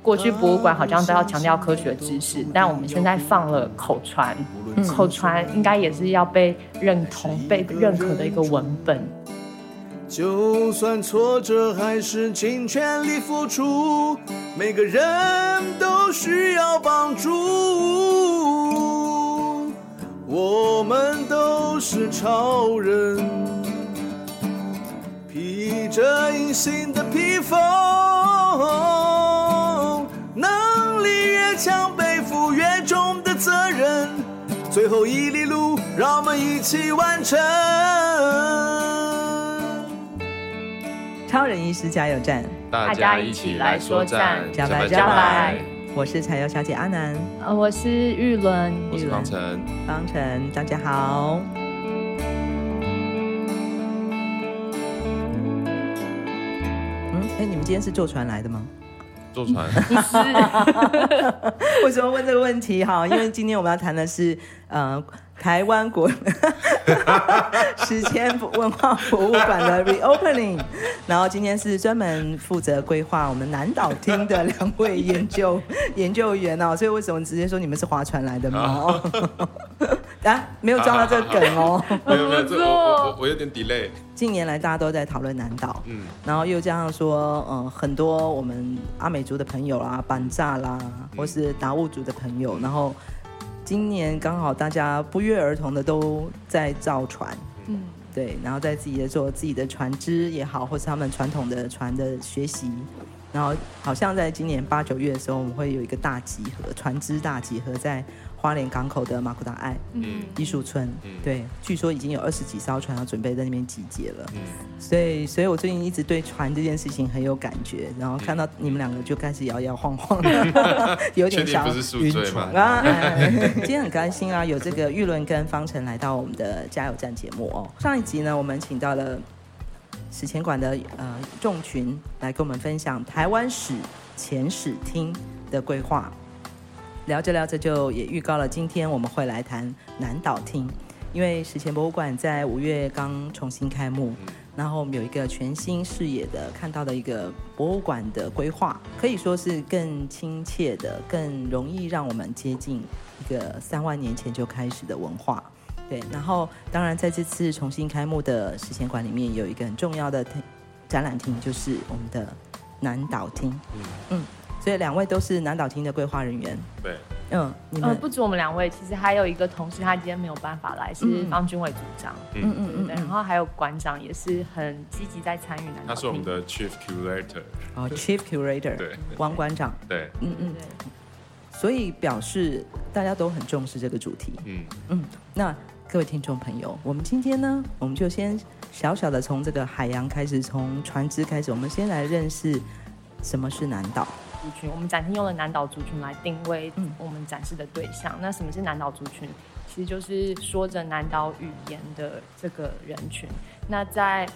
过去博物馆好像都要强调科学知识，但我们现在放了口传，口传应该也是要被认同、被认可的一个文本。 就算挫折还是尽全力付出，每个人都需要帮助，我们都是超人，披着隐形的披风，能力越强背负越重的责任，最后一里路让我们一起完成。 超人医师加油站， 大家一起来说赞， 加白加白。我是柴油小姐阿南， 我是玉伦， 我是方晨， 方晨，大家好。你们今天是坐船来的吗？ 坐船不是为什么问这个问题？因为今天我们要谈的是台湾国史前文化博物馆的 reopening， 然后今天是专门负责规划我们南岛厅的2位研究员哦，所以为什么直接说你们是划船来的吗？没有抓到这个梗哦。 没有，我有点 delay。 近年来大家都在讨论南岛，然后又加上说，很多我们阿美族的朋友啦、板炸啦，或是达悟族的朋友，然后今年刚好大家不约而同的都在造船，对，然后在做自己的船只也好，或是他们传统的船的学习，然后好像在今年8、9月的时候，我们会有一个大集合，船只大集合在花莲港口的马古达爱艺术村，对，据说已经有20几艘船要准备在那边集结了，所以我最近一直对船这件事情很有感觉，然后看到你们2个就开始摇摇晃晃的，有点小晕船啊。今天很开心啊，有这个玉伦跟方晨来到我们的加油站节目哦。上一集呢，我们请到了史前馆的众群来跟我们分享台湾史前史厅的规划。聊着聊着就也预告了今天我们会来谈南岛厅，因为史前博物馆在5月刚重新开幕，然后我们有一个全新视野的看到的一个博物馆的规划，可以说是更亲切的、更容易让我们接近一个3万年前就开始的文化。对，然后当然在这次重新开幕的史前馆里面有一个很重要的展览厅，就是我们的南岛厅。所以2位都是南岛厅的规划人员。 对， 你们不止我们2位，其实还有一个同事，他今天没有办法来，是方君伟组长。对，然后还有馆长也是很积极在参与南岛厅。 他是我们的 Chief Curator。 Chief Curator。对，王馆长。 对， 所以表示大家都很重视这个主题。那各位听众朋友，我们今天呢，我们就先小小的从这个海洋开始，从船只开始，我们先来认识什么是南岛。 我们展厅用了南岛族群来定位我们展示的对象。那什么是南岛族群？其实就是说着南岛语言的这个人群。那在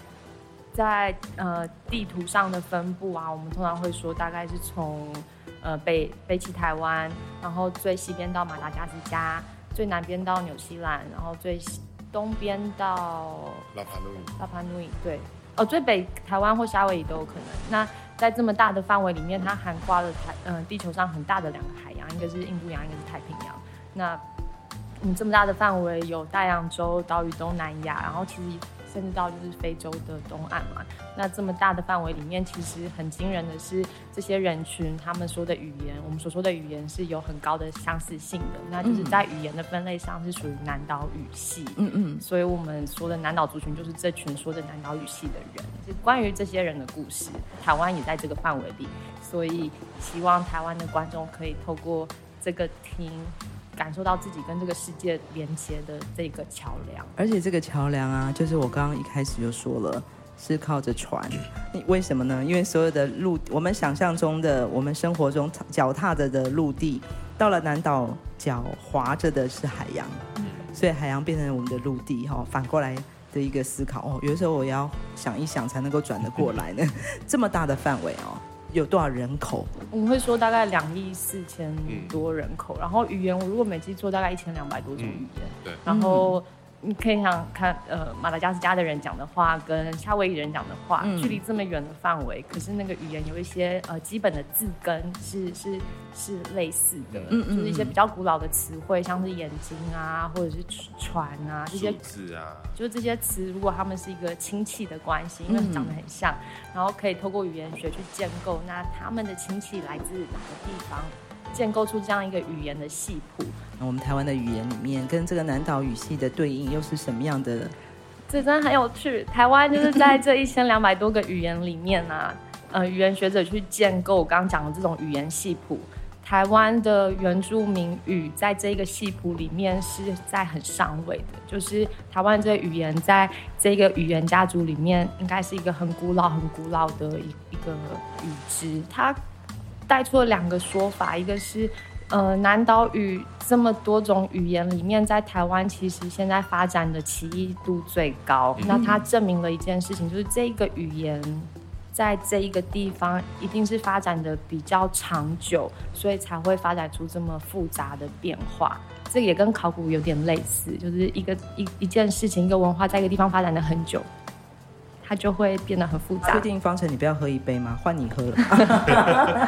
地图上的分布啊，我们通常会说大概是从北起台湾，然后最西边到马达加斯加，最南边到纽西兰，然后最东边到拉帕努伊，对，最北台湾或夏威夷都有可能。那在这么大的范围里面，它涵盖了地球上很大的2个海洋，一个是印度洋，一个是太平洋。那这么大的范围，有大洋洲、岛屿东南亚，然后其实甚至到就是非洲的东岸嘛。那这么大的范围里面，其实很惊人的是，这些人群他们说的语言，我们所说的语言是有很高的相似性的。那就是在语言的分类上是属于南岛语系。所以我们说的南岛族群就是这群说的南岛语系的人。是关于这些人的故事，台湾也在这个范围里，所以希望台湾的观众可以透过这个厅感受到自己跟这个世界连接的这个桥梁。 而且这个桥梁啊，就是我刚刚一开始就说了，是靠着船。为什么呢？因为所有的陆，我们想象中的，我们生活中脚踏着的陆地，到了南岛脚划着的是海洋，所以海洋变成我们的陆地。反过来的一个思考，有的时候我要想一想才能够转得过来呢。这么大的范围有多少人口？ 我们会说大概2亿4千多人口，然后语言我如果没记错，大概1200多种语言。 对， 然后你可以想看，马达加斯加的人讲的话跟夏威夷人讲的话，距离这么远的范围，可是那个语言有一些基本的字根是类似的，就是一些比较古老的词汇，像是眼睛啊，或者是船啊这些字啊， 就是这些词，如果他们是一个亲戚的关系，因为长得很像，然后可以透过语言学去建构，那他们的亲戚来自哪个地方？建构出这样一个语言的系谱。 我们台湾的语言里面跟这个南岛语系的对应又是什么样的？ 这真的很有趣。台湾就是在这1200多个语言里面啊，语言学者去建构我刚刚讲的这种语言系谱。台湾的原住民语在这个系谱里面是在很上位的，就是台湾这个语言在这个语言家族里面应该是一个很古老的一个语支。它带出了2个说法，一个是南岛语这么多种语言里面，在台湾其实现在发展的奇异度最高。那它证明了一件事情，就是这个语言在这一个地方一定是发展的比较长久，所以才会发展出这么复杂的变化。这个也跟考古有点类似，就是一件事情，一个文化在一个地方发展的很久，它就会变得很复杂。 确定方程你不要喝一杯吗？换你喝了。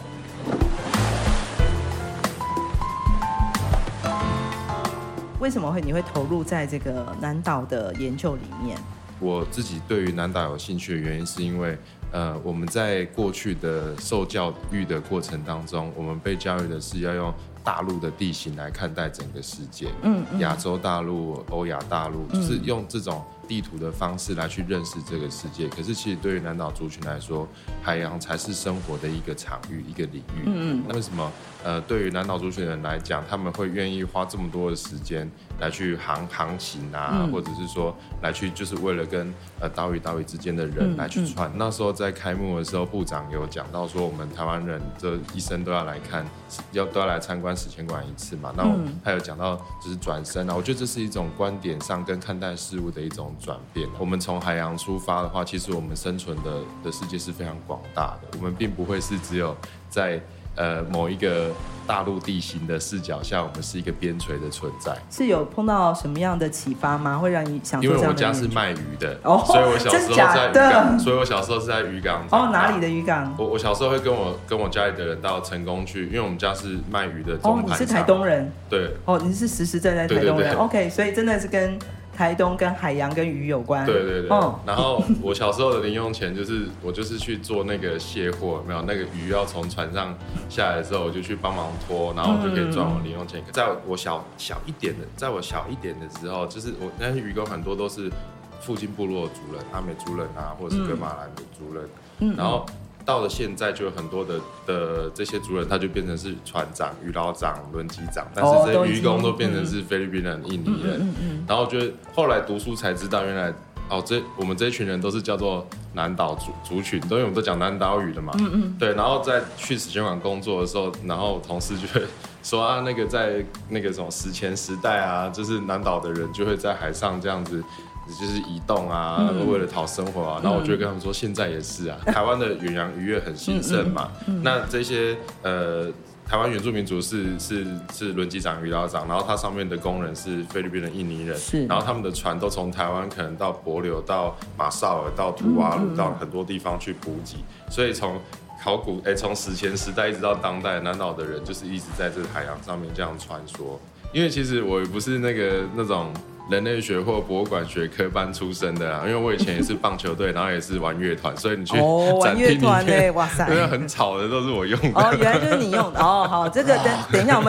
为什么你会投入在这个南岛的研究里面？ 我自己对于南岛有兴趣的原因是因为我们在过去的受教育的过程当中，我们被教育的是要用大陆的地形来看待整个世界，亚洲大陆、欧亚大陆，就是用这种地图的方式来去认识这个世界。可是其实对于南岛族群来说，海洋才是生活的一个场域、一个领域。那为什么对于南岛族群的人来讲，他们会愿意花这么多的时间来去航行啊，或者是说来去就是为了跟岛屿之间的人来去串？那时候在开幕的时候，部长有讲到说，我们台湾人这一生都要来看，都要来参观史前馆一次嘛。那他有讲到就是转身啊，我觉得这是一种观点上跟看待事物的一种转变。我们从海洋出发的话，其实我们生存的世界是非常广大的，我们并不会是只有在某一个大陆地形的视角下，我们是一个边陲的存在。 是有碰到什么样的启发吗？会让你想做这样的？ 因为我家是卖鱼的， 所以我小时候在鱼港，所以我小时候是在渔港。 哪里的渔港？ 我小时候会跟我家里的人到成功去，因为我们家是卖鱼的中盘商。 你是台东人？ 对。 你是实在台东人。OK， 所以真的是跟台东跟海洋跟鱼有关。 对。然后我小时候的零用钱就是我就是去做那个卸货，有没有那个鱼要从船上下来的时候，我就去帮忙拖，然后我就可以赚我零用钱。在我小一点的时候，就是我那些渔工很多都是附近部落的族人，阿美族人啊，或者是噶玛兰的族人，然后到了现在就有很多的这些族人，他就变成是船长、渔捞长、轮机长，但是这些渔工都变成是菲律宾人、印尼人。然后就后来读书才知道，原来我们这一群人都是叫做南岛族群，因为我们都讲南岛语的嘛。对。然后在去史前馆工作的时候，然后同事就会说啊，那个在那个什么史前时代啊，就是南岛的人就会在海上这样子。就是移动啊，为了讨生活啊，然后我就会跟他们说，现在也是啊，台湾的远洋渔业很兴盛嘛，那这些台湾原住民族是轮机长、渔捞长，然后它上面的工人是菲律宾的印尼人，然后他们的船都从台湾可能到帛琉、到马绍尔、到图瓦鲁、到很多地方去补给，所以从从史前时代一直到当代，南岛的人就是一直在这个海洋上面这样穿梭。因为其实我也不是那种人类学或博物馆学科班出身的啦，因为我以前也是棒球队，然后也是玩乐团，所以你去展厅里面， 哇塞， 因为很吵的都是我用的。 原来就是你用的。好，这个等一下我们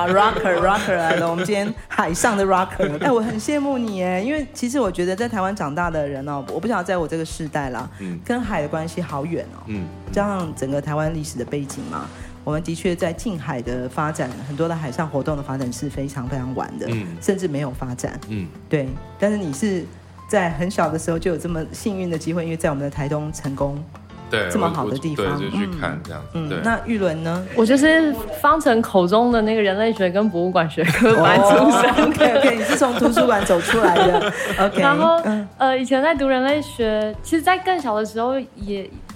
rocker 来了，我们今天海上的 rocker。我很羡慕你耶，因为其实我觉得在台湾长大的人我不晓得在我这个世代啦，跟海的关系好远加上整个台湾历史的背景嘛。我们的确在近海的发展，很多的海上活动的发展是非常非常晚的，甚至没有发展。对。但是你是在很小的时候就有这么幸运的机会，因为在我们的台东成功， 对， 这么好的地方， 对，就去看这样子。对。 那玉伦呢？ 我就是方程口中的那个人类学跟博物馆学科班出身。 OK， 你是从图书馆走出来的。OK。 然后以前在读人类学，其实在更小的时候也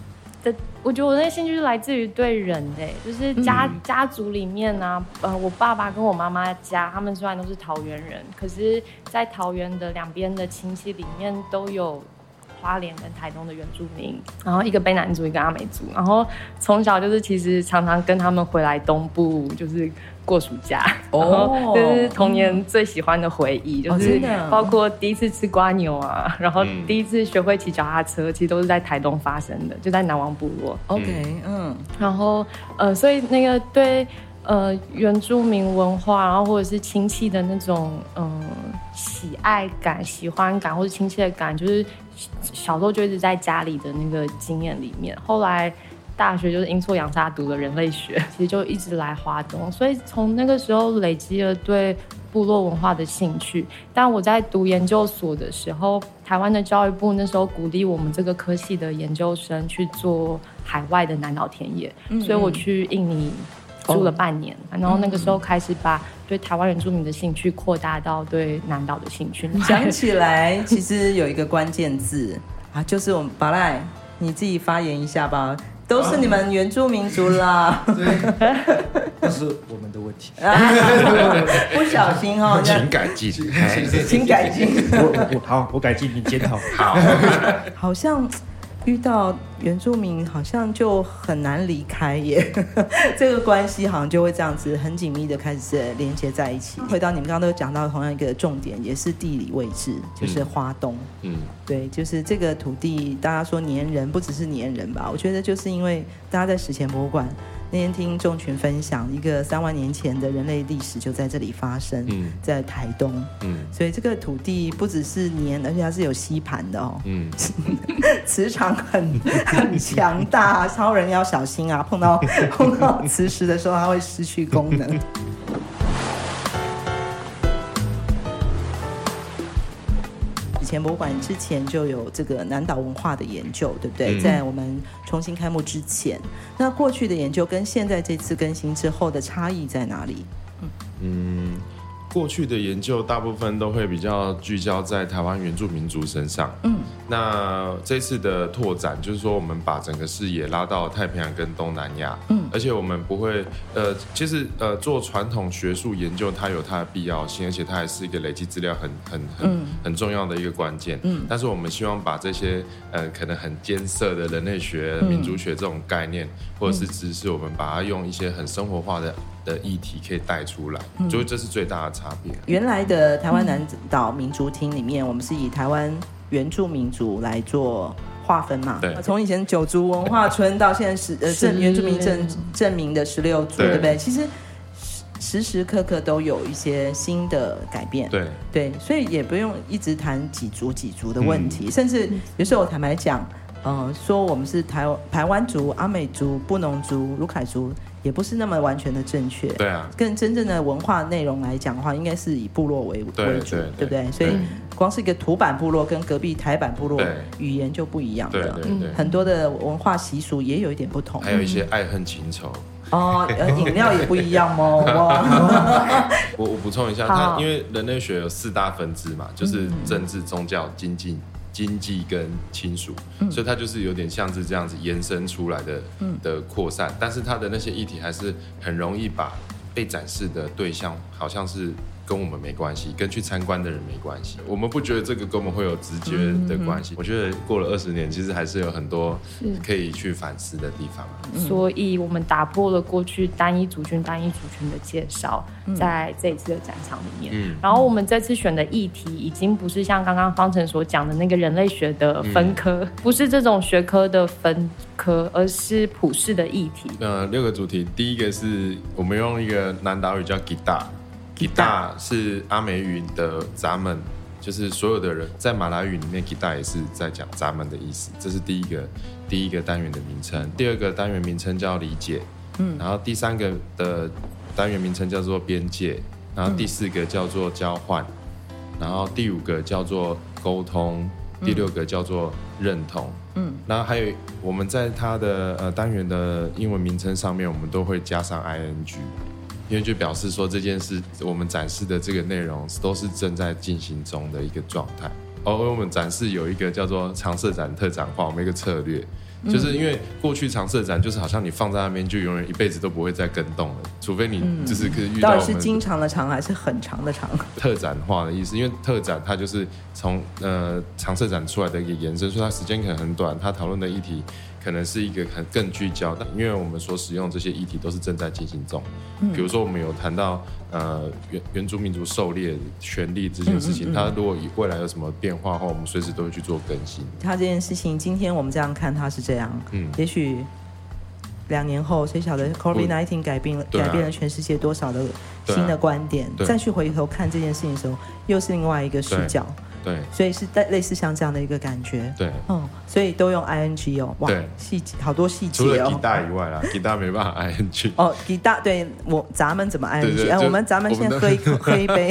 我觉得我那个兴趣是来自于对人的，就是家族里面啊，我爸爸跟我妈妈家，他们虽然都是桃园人，可是在桃园的两边的亲戚里面都有花莲跟台东的原住民，然后一个卑南族，一个阿美族，然后从小就是其实常常跟他们回来东部，就是过暑假，这是童年最喜欢的回忆，就是包括第一次吃蝸牛啊，然后第一次学会骑脚踏车，其实都是在台东发生的，就在南王部落。 OK， 然后所以那个对原住民文化，然后或者是亲戚的那种喜爱感、喜欢感或者亲切感，就是小时候就一直在家里的那个经验里面。后来大学就是阴错阳差读了人类学，其实就一直来花东，所以从那个时候累积了对部落文化的兴趣。但我在读研究所的时候，台湾的教育部那时候鼓励我们这个科系的研究生去做海外的南岛田野，所以我去印尼住了半年，然后那个时候开始把对台湾原住民的兴趣扩大到对南岛的兴趣。 讲起来，其实有一个关键字啊，就是我们巴赖，你自己发言一下吧。都是你们原住民族啦， 这是我们的问题。 不小心哦， 请改进， 请改进。 好，我改进，你检讨。 好， 好像遇到原住民好像就很难离开耶，这个关系好像就会这样子很紧密的开始连接在一起。回到你们刚刚都讲到同样一个重点，也是地理位置，就是花东。对，就是这个土地，大家说黏人，不只是黏人吧？我觉得就是因为大家在史前博物馆那天听众群分享，一个3万年前的人类历史就在这里发生，在台东。所以这个土地不只是黏，而且它是有吸盘的哦。磁场很强大，超人要小心啊！碰到磁石的时候，它会失去功能。以前博物馆之前就有这个南岛文化的研究，对不对？在我们重新开幕之前，那过去的研究跟现在这次更新之后的差异在哪里？ 过去的研究大部分都会比较聚焦在台湾原住民族身上。那这次的拓展就是说，我们把整个视野拉到太平洋跟东南亚。而且我们不会其实做传统学术研究，它有它的必要性，而且它还是一个累积资料很重要的一个关键。但是我们希望把这些可能很艰涩的人类学、民族学这种概念或者是知识，我们把它用一些很生活化的议题可以带出来，所以这是最大的差别。 原来的台湾南岛民族厅里面，我们是以台湾原住民族来做划分嘛？ 对。 从以前9族文化村到现在原住民证明的16族，对不对？其实时时刻刻都有一些新的改变。对，所以也不用一直谈几族的问题，甚至有时候我坦白讲，说我们是台湾族、阿美族、布农族、鲁凯族，也不是那么完全的正确。 对啊， 更真正的文化内容来讲的话，应该是以部落为主，对不对？所以光是一个土版部落跟隔壁台版部落语言就不一样的，对，很多的文化习俗也有一点不同， 还有一些爱恨情仇。 饮料也不一样哦。 我补充一下，它因为人类学有4大分支嘛，就是政治、宗教、经济跟亲属，所以它就是有点像是这样子延伸出来的扩散，但是它的那些议题还是很容易把被展示的对象好像是跟我们没关系，跟去参观的人没关系。我们不觉得这个跟我们会有直接的关系。我觉得过了20年，其实还是有很多可以去反思的地方。 所以我们打破了过去单一族群的介绍，在这一次的展场里面。然后我们这次选的议题已经不是像刚刚方程所讲的那个人类学的分科，不是这种学科的分科，而是普世的议题。 6个主题，第一个是我们用一个南岛语叫 Gita。Gita 是阿美语的咱们，就是所有的人在马来语里面 Gita 也是在讲咱们的意思，这是第一个单元的名称。第2个单元名称叫理解，然后第3个的单元名称叫做边界，然后第4个叫做交换，然后第5个叫做沟通，第6个叫做认同。然后还有我们在它的单元的英文名称上面，我们都会加上 ing。因为就表示说这件事，我们展示的这个内容都是正在进行中的一个状态。而我们展示有一个叫做常设展特展化，我们一个策略， 就是因为过去常设展就是好像你放在那边就永远一辈子都不会再更动了，除非你就是可以遇到我们。 到底是经常的长还是很长的长？ 特展化的意思，因为特展它就是从常设展出来的一个延伸，所以它时间可能很短，它讨论的议题可能是一个更聚焦的，因为我们所使用这些议题都是正在进行中。比如说我们有谈到原住民族狩猎权利这件事情，它如果未来有什么变化后，我们随时都会去做更新。 它这件事情，今天我们这样看它是这样，也许2年后，谁晓得 COVID-19 改变了全世界多少的新的观点，再去回头看这件事情的时候，又是另外一个视角。 对， 所以是类似像这样的一个感觉。 对， 所以都用 ing 哦，哇，细节好多细节哦。 除了吉他以外啦，吉他没办法 ing。 吉他对咱们怎么 ing？ 对对， 咱们先喝一杯。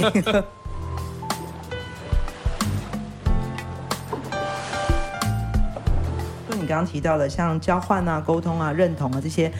你刚刚提到的像交换啊、沟通啊、认同啊这些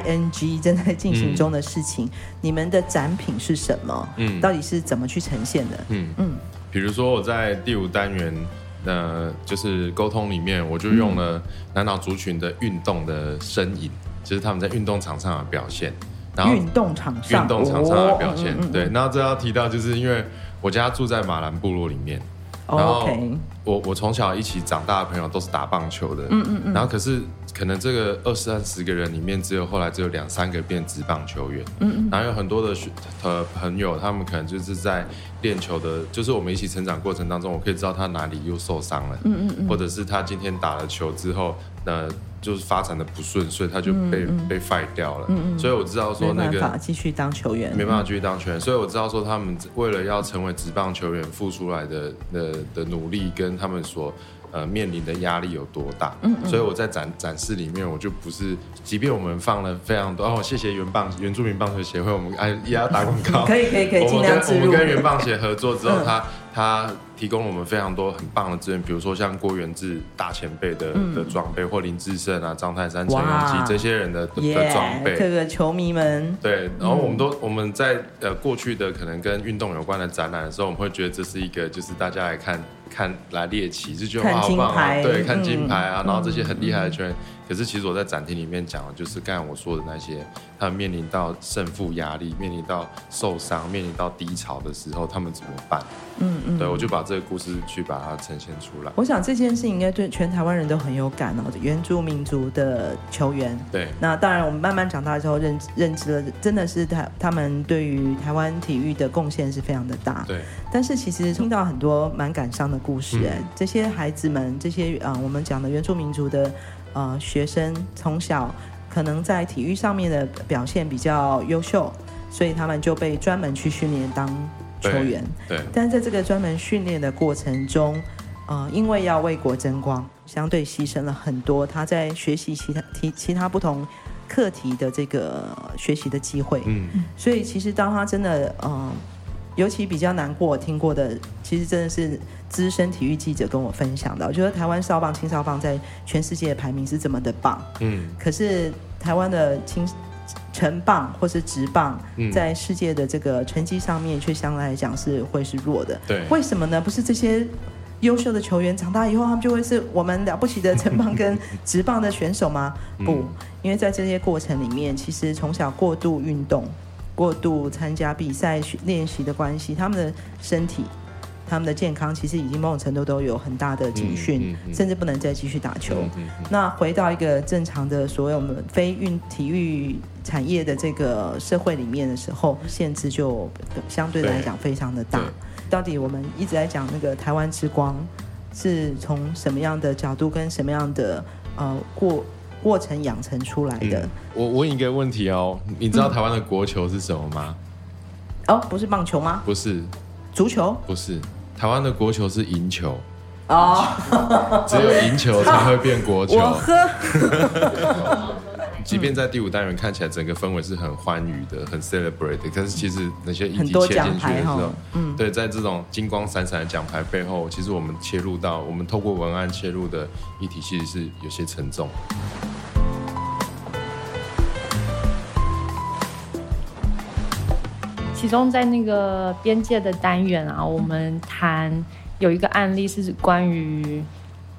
ing 正在进行中的事情，你们的展品是什么？到底是怎么去呈现的？ 比如说我在第5单元就是沟通里面，我就用了南岛族群的运动的身影，就是他们在运动场上的表现。然后运动场上的表现，对。然后这要提到，就是因为我家住在马兰部落里面，然后我从小一起长大的朋友都是打棒球的，然后可是可能这个20-30个人里面，后来只有2-3个变职棒球员，然后有很多的朋友，他们可能就是在练球的，就是我们一起成长过程当中，我可以知道他哪里又受伤了，或者是他今天打了球之后，就是发展的不顺，所以他就被 fire 掉了，所以我知道说那个没办法继续当球员， 没办法继续当球员，所以我知道说他们为了要成为职棒球员付出来的努力跟他们所面临的压力有多大，所以我在展示里面，我就不是，即便我们放了非常多，谢谢原住民棒球协会，我们也要打广告， 可以尽量植入。 我们跟原棒协合作之后，他提供了我们非常多很棒的资源，比如说像郭元志大前辈的装备，或林志胜啊、张泰山、陈永基这些人的装备， 这个球迷们对，然后我们在过去的可能跟运动有关的展览的时候，我们会觉得这是一个就是大家来看来猎奇，就觉得好棒啊，对，看金牌啊，然后这些很厉害的球员。可是其实我在展厅里面讲的就是刚才我说的那些，他们面临到胜负压力，面临到受伤，面临到低潮的时候，他们怎么办？对，我就把这个故事去把它呈现出来。 我想这件事应该对全台湾人都很有感哦，原住民族的球员。 对， 那当然我们慢慢长大之后认知了，真的是他们对于台湾体育的贡献是非常的大。 对， 但是其实听到很多蛮感伤的故事，这些孩子们，这些我们讲的原住民族的学生，从小可能在体育上面的表现比较优秀，所以他们就被专门去训练当球员。 对， 但是在这个专门训练的过程中，因为要为国争光，相对牺牲了很多他在学习其他不同课题的这个学习的机会。所以其实当他真的尤其比较难过，我听过的其实真的是资深体育记者跟我分享的。我觉得台湾少棒、青少棒在全世界的排名是这么的棒，可是台湾的成棒或是职棒，在世界的这个成绩上面却相对来讲会是弱的。 对， 为什么呢？不是这些优秀的球员长大以后，他们就会是我们了不起的成棒跟职棒的选手吗？不，因为在这些过程里面，其实从小过度运动、过度参加比赛练习的关系，他们的身体、他们的健康其实已经某种程度都有很大的警讯，甚至不能再继续打球。那回到一个正常的所谓我们非体育产业的这个社会里面的时候，限制就相对来讲非常的大。到底我们一直在讲那个台湾之光是从什么样的角度跟什么样的过程养成出来的？ 我问一个问题哦，你知道台湾的国球是什么吗？ 不是棒球吗？ 不是。 足球？ 不是，台湾的国球是赢球。只有赢球才会变国球。 我喝。 即便在第5单元看起来整个氛围是很欢愉的、很 celebrate 的，可是其实那些议题切进去的时候，对，在这种金光闪闪的奖牌背后，其实我们透过文案切入的议题，其实是有些沉重。 其中在那个边界的单元啊，我们谈有一个案例是关于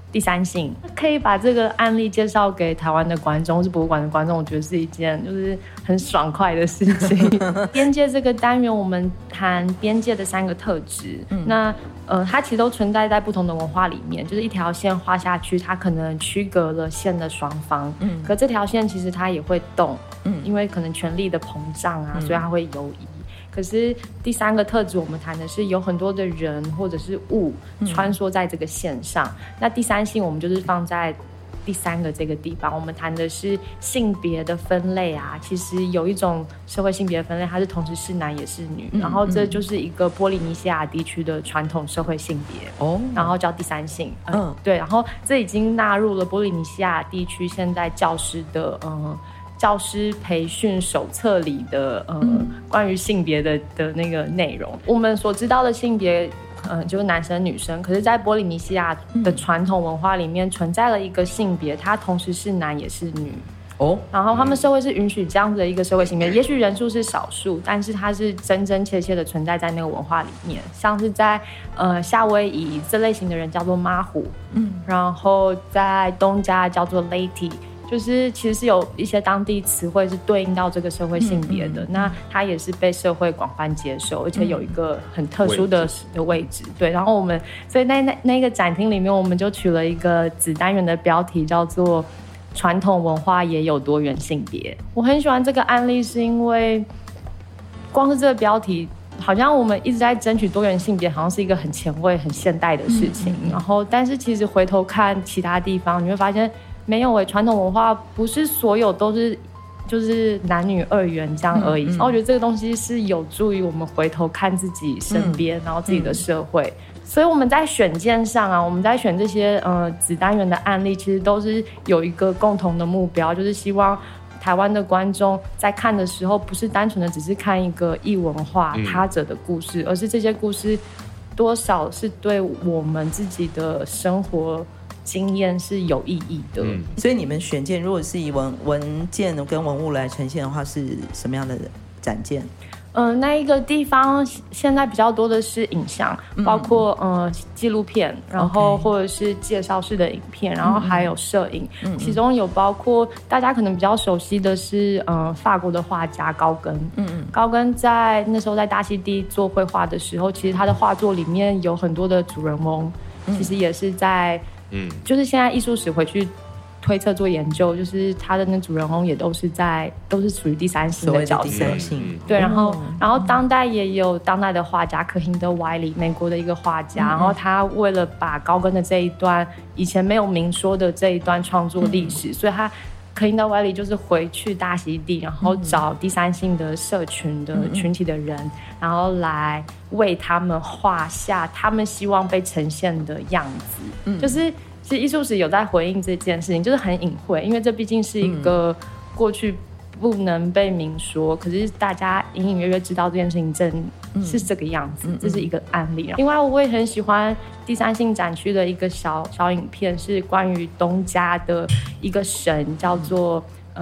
第三性，可以把这个案例介绍给台湾的观众，或是博物馆的观众，我觉得是一件就是很爽快的事情。边界这个单元，我们谈边界的3个特质。那它其实都存在在不同的文化里面，就是一条线画下去，它可能区隔了线的双方。可这条线其实它也会动，因为可能权力的膨胀啊，所以它会游移。可是第3个特质，我们谈的是有很多的人或者是物穿梭在这个线上。那第三性，我们就是放在第3个这个地方。我们谈的是性别的分类啊，其实有一种社会性别的分类，它是同时是男也是女。然后这就是一个波利尼西亚地区的传统社会性别然后叫第三性。对，然后这已经纳入了波利尼西亚地区现在教师的教师培训手册里的关于性别的那个内容。我们所知道的性别就是男生女生，可是在波利尼西亚的传统文化里面存在了一个性别，它同时是男也是女然后他们社会是允许这样子的一个社会性别，也许人数是少数，但是它是真真切切的存在在那个文化里面。像是在夏威夷这类型的人叫做马虎然后在东加叫做 lady，就是其实是有一些当地词汇是对应到这个社会性别的，那它也是被社会广泛接受，而且有一个很特殊的位置。对，然后我们所以那个展厅里面，我们就取了一个子单元的标题，叫做传统文化也有多元性别。我很喜欢这个案例，是因为光是这个标题，好像我们一直在争取多元性别，好像是一个很前卫、很现代的事情。然后，但是其实回头看其他地方，你会发现。没有传统文化不是所有都是就是男女2元这样而已。然后我觉得这个东西是有助于我们回头看自己身边，然后自己的社会。所以我们在选件上啊，我们在选这些子单元的案例，其实都是有一个共同的目标，就是希望台湾的观众在看的时候，不是单纯的只是看一个异文化他者的故事，而是这些故事多少是对我们自己的生活经验是有意义的。 所以你们选件如果是以文件跟文物来呈现的话，是什么样的展件？ 那一个地方现在比较多的是影像，包括纪录片，然后或者是介绍式的影片，然后还有摄影。其中有包括大家可能比较熟悉的是法国的画家高更。高更在那时候在大溪地做绘画的时候，其实他的画作里面有很多的主人翁，其实也是在就是现在艺术史回去推测做研究，就是他的那主人翁也都是属于第三性的角色。对，然后当代也有当代的画家可辛德怀里，美国的一个画家，然后他为了把高更的这一段以前没有明说的这一段创作历史，所以他可辛德怀里就是回去大溪地，然后找第三性的社群的群体的人，然后来为他们画下他们希望被呈现的样子。就是其实艺术史有在回应这件事情，就是很隐晦，因为这毕竟是一个过去不能被明说，可是大家隐隐约约知道这件事情真是这个样子。这是一个案例。另外我也很喜欢第三性展区的一个小影片，是关于东家的一个神叫做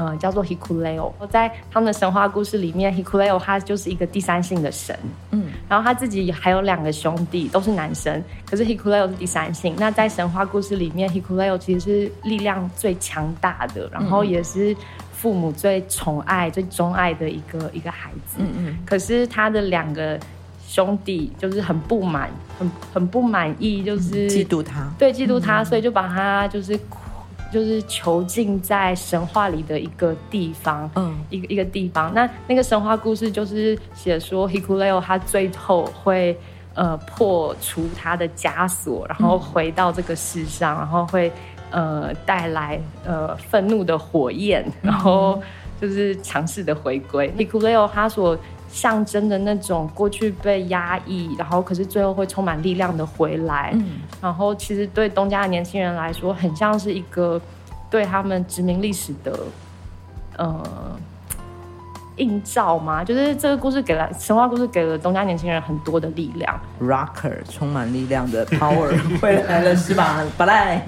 Hikuleo。 在他们的神话故事里面， Hikuleo 他就是一个第三性的神。然后他自己还有2个兄弟都是男生，可是 Hikuleo 是第三性。那在神话故事里面， Hikuleo 其实是力量最强大的，然后也是父母最宠爱最钟爱的一个孩子。可是他的2个兄弟就是很不满意，就是嫉妒他。 对，嫉妒他，所以就把他就是囚禁在神话里的一个地方。一个地方。那个神话故事就是写说 Hikuleo 他最后会破除他的枷锁，然后回到这个世上，然后会带来愤怒的火焰，然后就是强势的回归。Hikuleo 他所象征的那种过去被压抑，然后可是最后会充满力量的回来。然后其实对东家的年轻人来说，很像是一个对他们殖民历史的映照吗？就是这个故事神话故事给了东家年轻人很多的力量。 Rocker 充满力量的 Power 回来了是吧？巴赖，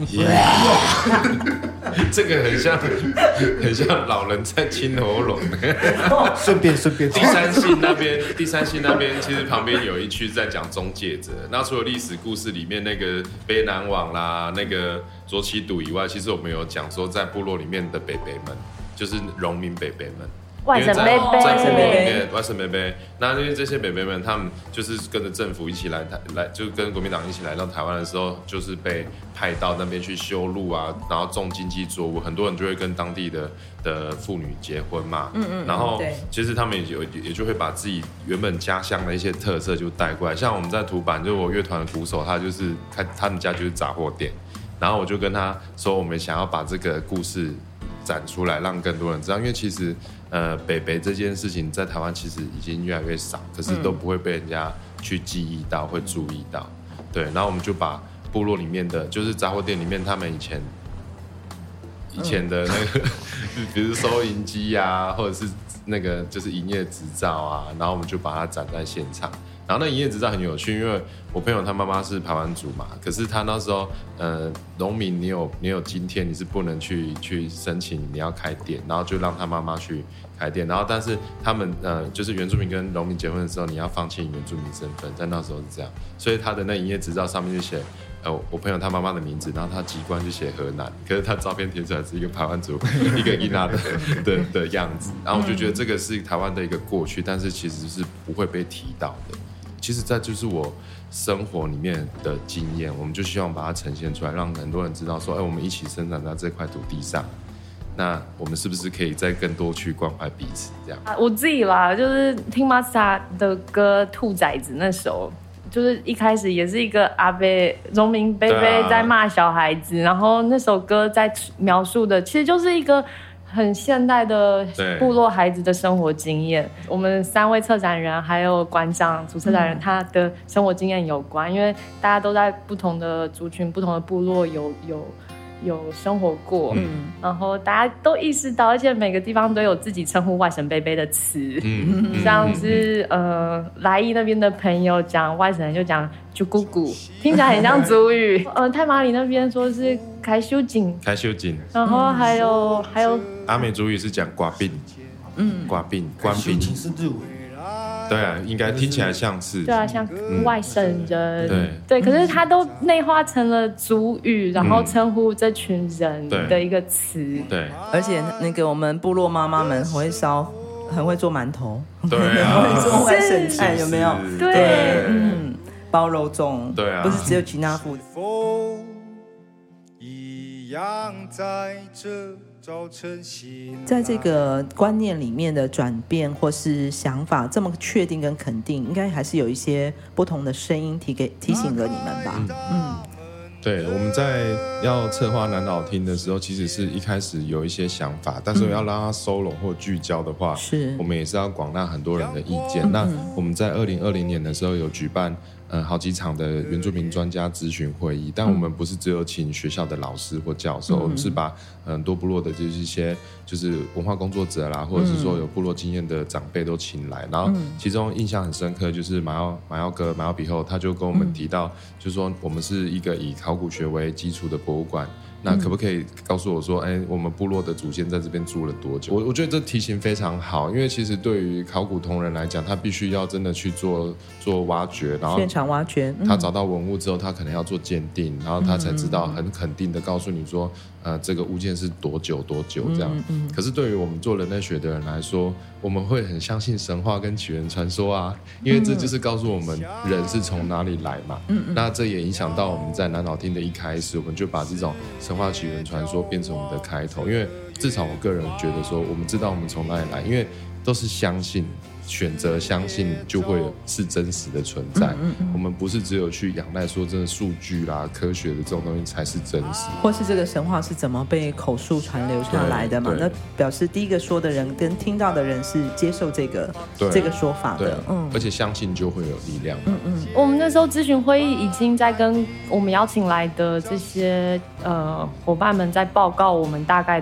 这个很像老人在清喉咙。 顺便第三性那边其实旁边有一区在讲中介者。那除了历史故事里面那个卑南王啦，那个卓奇赌以外，其实我们有讲说在部落里面的伯伯们，就是农民伯伯们。 外省伯伯， 在部落里面，外省伯伯，那因为这些伯伯们，他们就是跟着政府一起来，就跟国民党一起来到台湾的时候，就是被派到那边去修路啊，然后种经济作物，很多人就会跟当地的妇女结婚嘛，然后其实他们也就会把自己原本家乡的一些特色就带过来，像我们在土坂，就我乐团的鼓手，他们家就是杂货店，然后我就跟他说，我们想要把这个故事展出来，让更多人知道，因为其实北北这件事情在台湾其实已经越来越少，可是都不会被人家去记忆到，会注意到。对，然后我们就把部落里面的，就是杂货店里面他们以前的那个，比如收银机啊，或者是那个就是营业执照啊，然后我们就把它展在现场。然后那营业执照很有趣，因为我朋友他妈妈是排湾族嘛，可是他那时候农民你有津贴，你是不能去申请你要开店，然后就让他妈妈去开店，然后但是他们就是原住民跟农民结婚的时候，你要放弃原住民身份，在那时候是这样，所以他的那营业执照上面就写我朋友他妈妈的名字，然后他籍贯就写河南，可是他照片贴出来是一个排湾族一个伊娜的样子，然后我就觉得这个是台湾的一个过去，但是其实是不会被提到的。其实这就是我生活里面的经验，我们就希望把它呈现出来，让很多人知道说，我们一起生长在这块土地上，那我们是不是可以再更多去关怀彼此这样？ 我自己啦，就是听 Masa 的歌《兔崽子》那首，就是一开始也是一个阿伯农民伯伯在骂小孩子，然后那首歌在描述的其实就是一个很现代的部落孩子的生活经验。我们3位策展人还有馆长、主策展人，他的生活经验有关，因为大家都在不同的族群、不同的部落有生活过，然后大家都意识到，而且每个地方都有自己称呼外省伯伯的词，像是来义那边的朋友讲外省人就讲就姑姑，听起来很像族语。太麻里那边说是开修井，然后还有阿美族语是讲刮病，刮病官兵是日文。 对啊，应该听起来像是对啊，像外省人，对，可是他都内化成了族语，然后称呼这群人的一个词。对， 而且那个我们部落妈妈们很会做馒头， 对啊， 很会做外省菜，有没有？ 对， 包肉粽， 对啊， 不是只有吉纳夫。 风一样在这。 在这个观念里面的转变或是想法这么确定跟肯定，应该还是有一些不同的声音提醒了你们吧。 对，我们在要策划南岛厅的时候，其实是一开始有一些想法，但是要让它收拢或聚焦的话，我们也是要广纳很多人的意见。那我们在2020年的时候有举办好几场的原住民专家咨询会议，但我们不是只有请学校的老师或教授，我们是把很多部落的就是一些就是文化工作者啦，或者是说有部落经验的长辈都请来，然后其中印象很深刻就是马耀哥马耀比后，他就跟我们提到，就是说我们是一个以考古学为基础的博物馆。那可不可以告诉我说，我们部落的祖先在这边住了多久？我觉得这题型非常好，因为其实对于考古同仁来讲，他必须要真的去做挖掘，然后现场挖掘， 他找到文物之后，他可能要做鉴定，然后他才知道很肯定的告诉你说，这个物件是多久这样。可是对于我们做人类学的人来说，我们会很相信神话跟起源传说啊，因为这就是告诉我们人是从哪里来嘛。那这也影响到我们在南岛厅的一开始，我们就把这种神话起源传说变成我们的开头，因为至少我个人觉得说，我们知道我们从哪里来，因为都是相信。选择相信就会是真实的存在，我们不是只有去仰赖说真的数据啦、科学的这种东西才是真实， 或是这个神话是怎么被口述传流下来的嘛？那表示第一个说的人跟听到的人是接受这个说法的， 而且相信就会有力量。 我们那时候咨询会议已经在跟我们邀请来的这些伙伴们在报告我们大概的架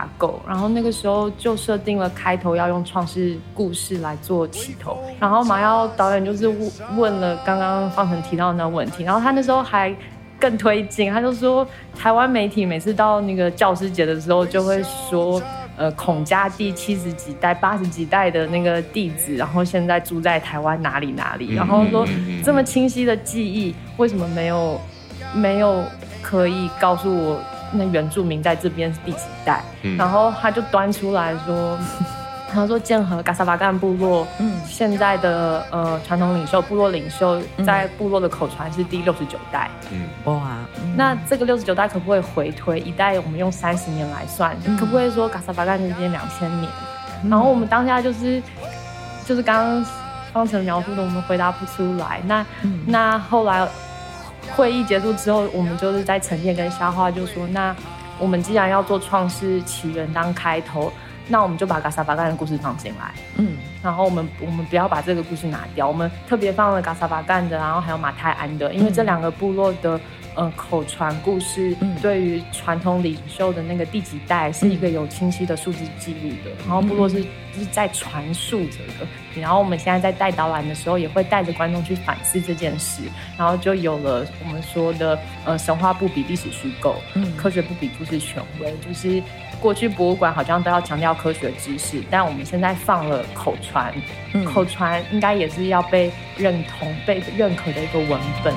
构，然后那个时候就设定了开头要用创世故事来做起头，然后马耀导演就是问了刚刚方晨提到的那个问题，然后他那时候还更推进，他就说台湾媒体每次到那个教师节的时候就会说孔家第70几代、80几代的那个弟子，然后现在住在台湾哪里哪里，然后说这么清晰的记忆，为什么没有可以告诉我那原住民在这边是第几代？然后他就端出来说。他说建和嘎萨巴干部落，现在的传统领袖、部落领袖在部落的口传是第69代。 哇， 那这个69代可不可以回推一代？我们用30年来算，可不可以说嘎萨巴干这边2000年？然后我们当下就是刚刚方晨描述的，我们回答不出来。那后来会议结束之后，我们就是在沉淀跟消化，就说那我们既然要做创世起源当开头。那我们就把嘎萨巴干的故事放进来，然后我们不要把这个故事拿掉，我们特别放了嘎萨巴干的，然后还有马太安的，因为这2个部落的口传故事，对于传统领袖的那个第几代是一个有清晰的数字记录的，然后部落是在传述着的，然后我们现在在带导览的时候也会带着观众去反思这件事，然后就有了我们说的神话不比历史虚构，科学不比故事权威，就是过去博物馆好像都要强调科学知识，但我们现在放了口传，口传应该也是要被认同、被认可的一个文本。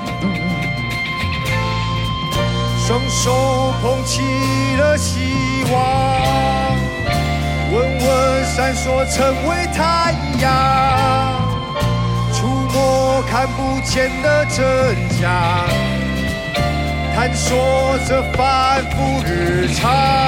双手捧起了希望，稳稳闪烁成为太阳，触摸看不见的真相，探索着反复日常，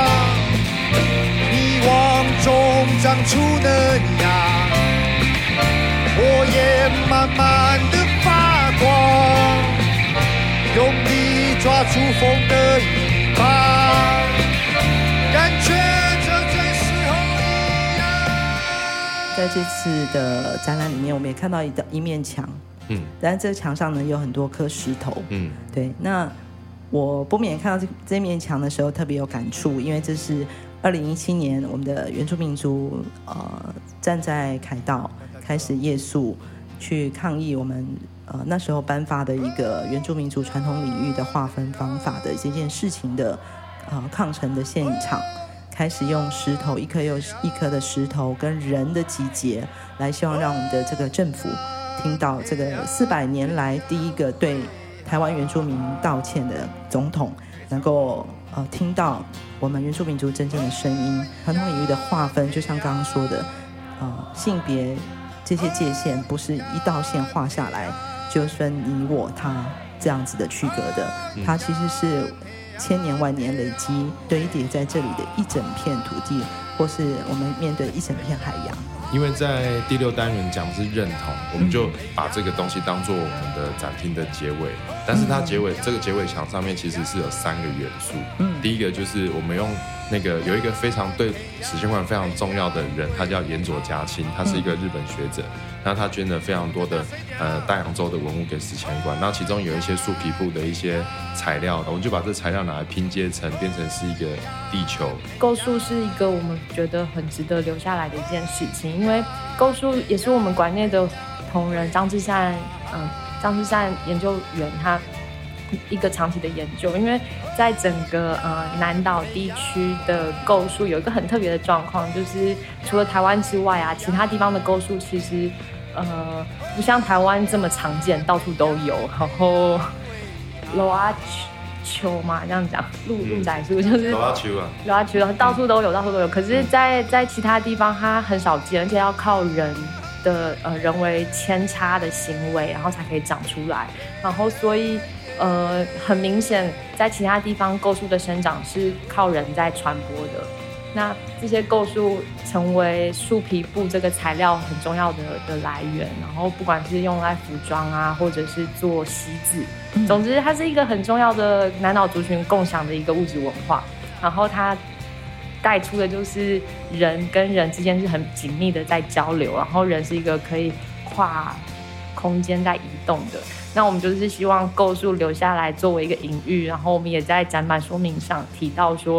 迷惘中长出能量，火焰慢慢的发光，用力抓住风的一把，感觉这真时候一样。 在这次的展览里面，我们也看到一面墙，但是这个墙上呢有很多颗石头，对。那我不免看到这面墙的时候特别有感触，因为这是2017年我们的原住民族站在凯道开始夜宿，去抗议我们那时候颁发的一个原住民族传统领域的划分方法的这件事情的抗争的现场，开始用石头一颗又一颗的石头跟人的集结，来希望让我们的这个政府听到这个400年来第一个对台湾原住民道歉的总统，能够听到我们原住民族真正的声音。传统领域的划分，就像刚刚说的，性别这些界限不是一道线画下来就分你我他这样子的区隔的，它其实是千年万年累积堆叠在这里的一整片土地，或是我们面对一整片海洋。 因为在第6单元讲的是认同，我们就把这个东西当做我们的展厅的结尾，但是它这个结尾墙上面其实是有3个元素，第一个就是我们用那个有一个非常对史前馆非常重要的人，他叫岩佐嘉清，他是一个日本学者，那他捐了非常多的大洋洲的文物给史前馆，然后其中有一些树皮布的一些材料，我们就把这材料拿来拼接成变成是一个地球。构树是一个我们觉得很值得留下来的一件事情，因为构树也是我们馆内的同仁张志善研究员他一个长期的研究，因为在整个南岛地区的构树有一个很特别的状况，就是除了台湾之外啊，其他地方的构树其实不像台湾这么常见，到处都有。然后罗阿丘嘛，这样讲，鹿仔树就是罗阿丘，到处都有，到处都有。可是在其他地方它很少见，而且要靠人的人为扦插的行为，然后才可以长出来。然后所以很明显，在其他地方构树的生长是靠人在传播的。那这些构树成为树皮布这个材料很重要的来源，然后不管是用来服装啊，或者是做锡纸，总之它是一个很重要的南岛族群共享的一个物质文化。然后它带出的就是人跟人之间是很紧密的在交流，然后人是一个可以跨空间在移动的。那我们就是希望构树留下来作为一个隐喻，然后我们也在展板说明上提到说，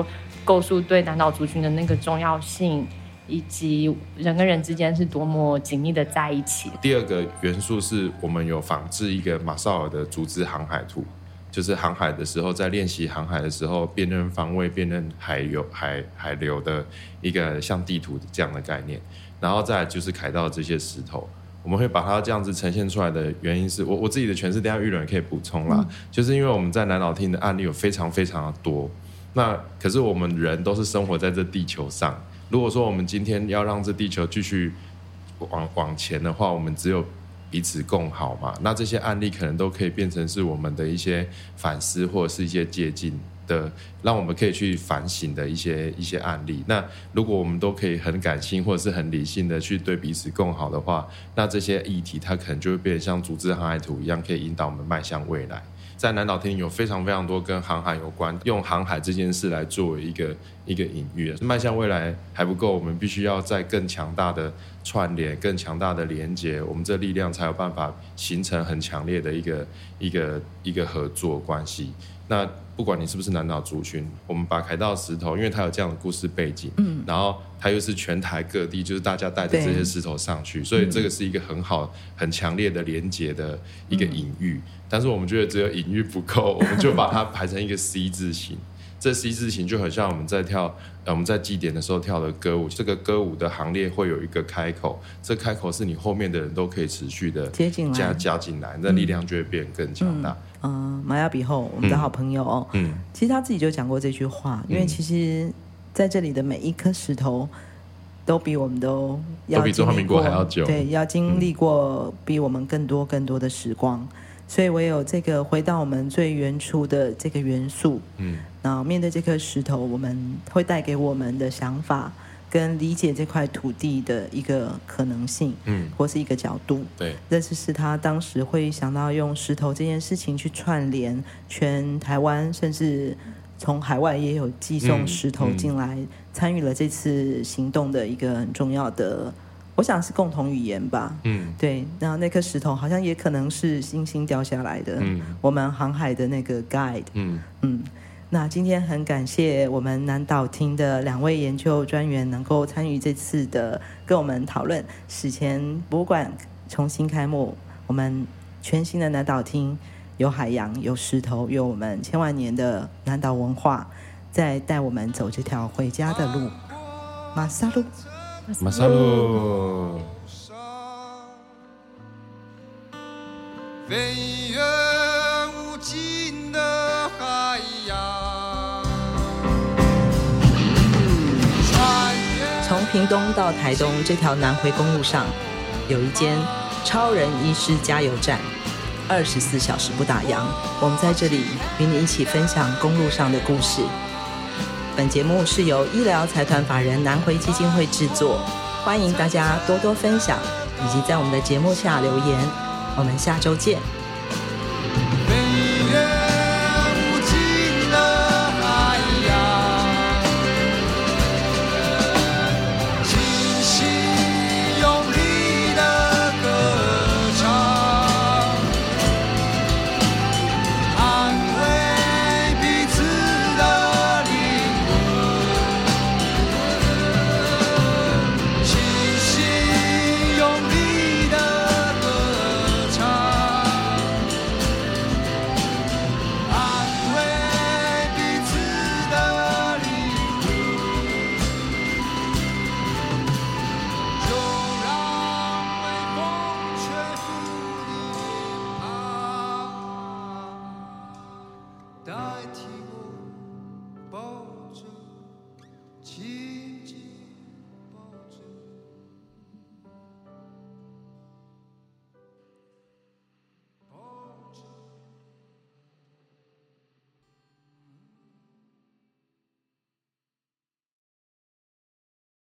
构筑对南岛族群的那个重要性，以及人跟人之间是多么紧密的在一起。 第二个元素是我们有仿制一个马绍尔的竹子航海图，就是航海的时候，在练习航海的时候，辨认方位、辨认海流的一个像地图这样的概念。然后再来就是凯道这些石头，我们会把它这样子呈现出来的原因是我自己的诠释，等一下玉伦也可以补充啦。就是因为我们在南岛厅的案例有非常非常的多，那可是我们人都是生活在这地球上。如果说我们今天要让这地球继续往前的话，我们只有彼此共好嘛。那这些案例可能都可以变成是我们的一些反思或者是一些借鉴的，让我们可以去反省的一些案例。那如果我们都可以很感性或者是很理性的去对彼此共好的话，那这些议题它可能就会变得像竹子航海图一样，可以引导我们迈向未来。在南岛厅有非常非常多跟航海有关，用航海这件事来作为一个隐喻。迈向未来还不够，我们必须要在更强大的串联、更强大的连结，我们这力量才有办法形成很强烈的一个合作关系。那不管你是不是南岛族群，我们把凯道石头，因为它有这样的故事背景，然后它又是全台各地，就是大家带着这些石头上去，所以这个是一个很好、很强烈的连结的一个隐喻。但是我们觉得只有隐喻不够，我们就把它排成一个 C 字形。这 C 字形就很像我们在祭典的时候跳的歌舞，这个歌舞的行列会有一个开口，这开口是你后面的人都可以持续的加进来，那力量就会变更强大。 玛雅比后我们的好朋友其实他自己就讲过这句话，因为其实在这里的每一颗石头都比我们都比中华民国还要久， 对，要经历过比我们更多的时光，所以唯有这个回到我们最原初的这个元素，然后面对这颗石头，我们会带给我们的想法跟理解这块土地的一个可能性，或是一个角度。 对， 这是他当时会想到用石头这件事情去串联全台湾，甚至从海外也有寄送石头进来，参与了这次行动的一个很重要的，我想是共同语言吧。对，然后那颗石头好像也可能是星星掉下来的，我们航海的那个 guide。那今天很感谢我们南岛厅的2位研究专员能够参与这次的跟我们讨论史前博物馆重新开幕，我们全新的南岛厅有海洋，有石头，有我们千万年的南岛文化，在带我们走这条回家的路。马萨路， 马萨路。 飞越无尽的海洋。 从屏东到台东这条南回公路上，有一间超人医师加油站，24小时不打烊。我们在这里与你一起分享公路上的故事。本节目是由医疗财团法人南回基金会制作，欢迎大家多多分享，以及在我们的节目下留言。我们下周见。代替我。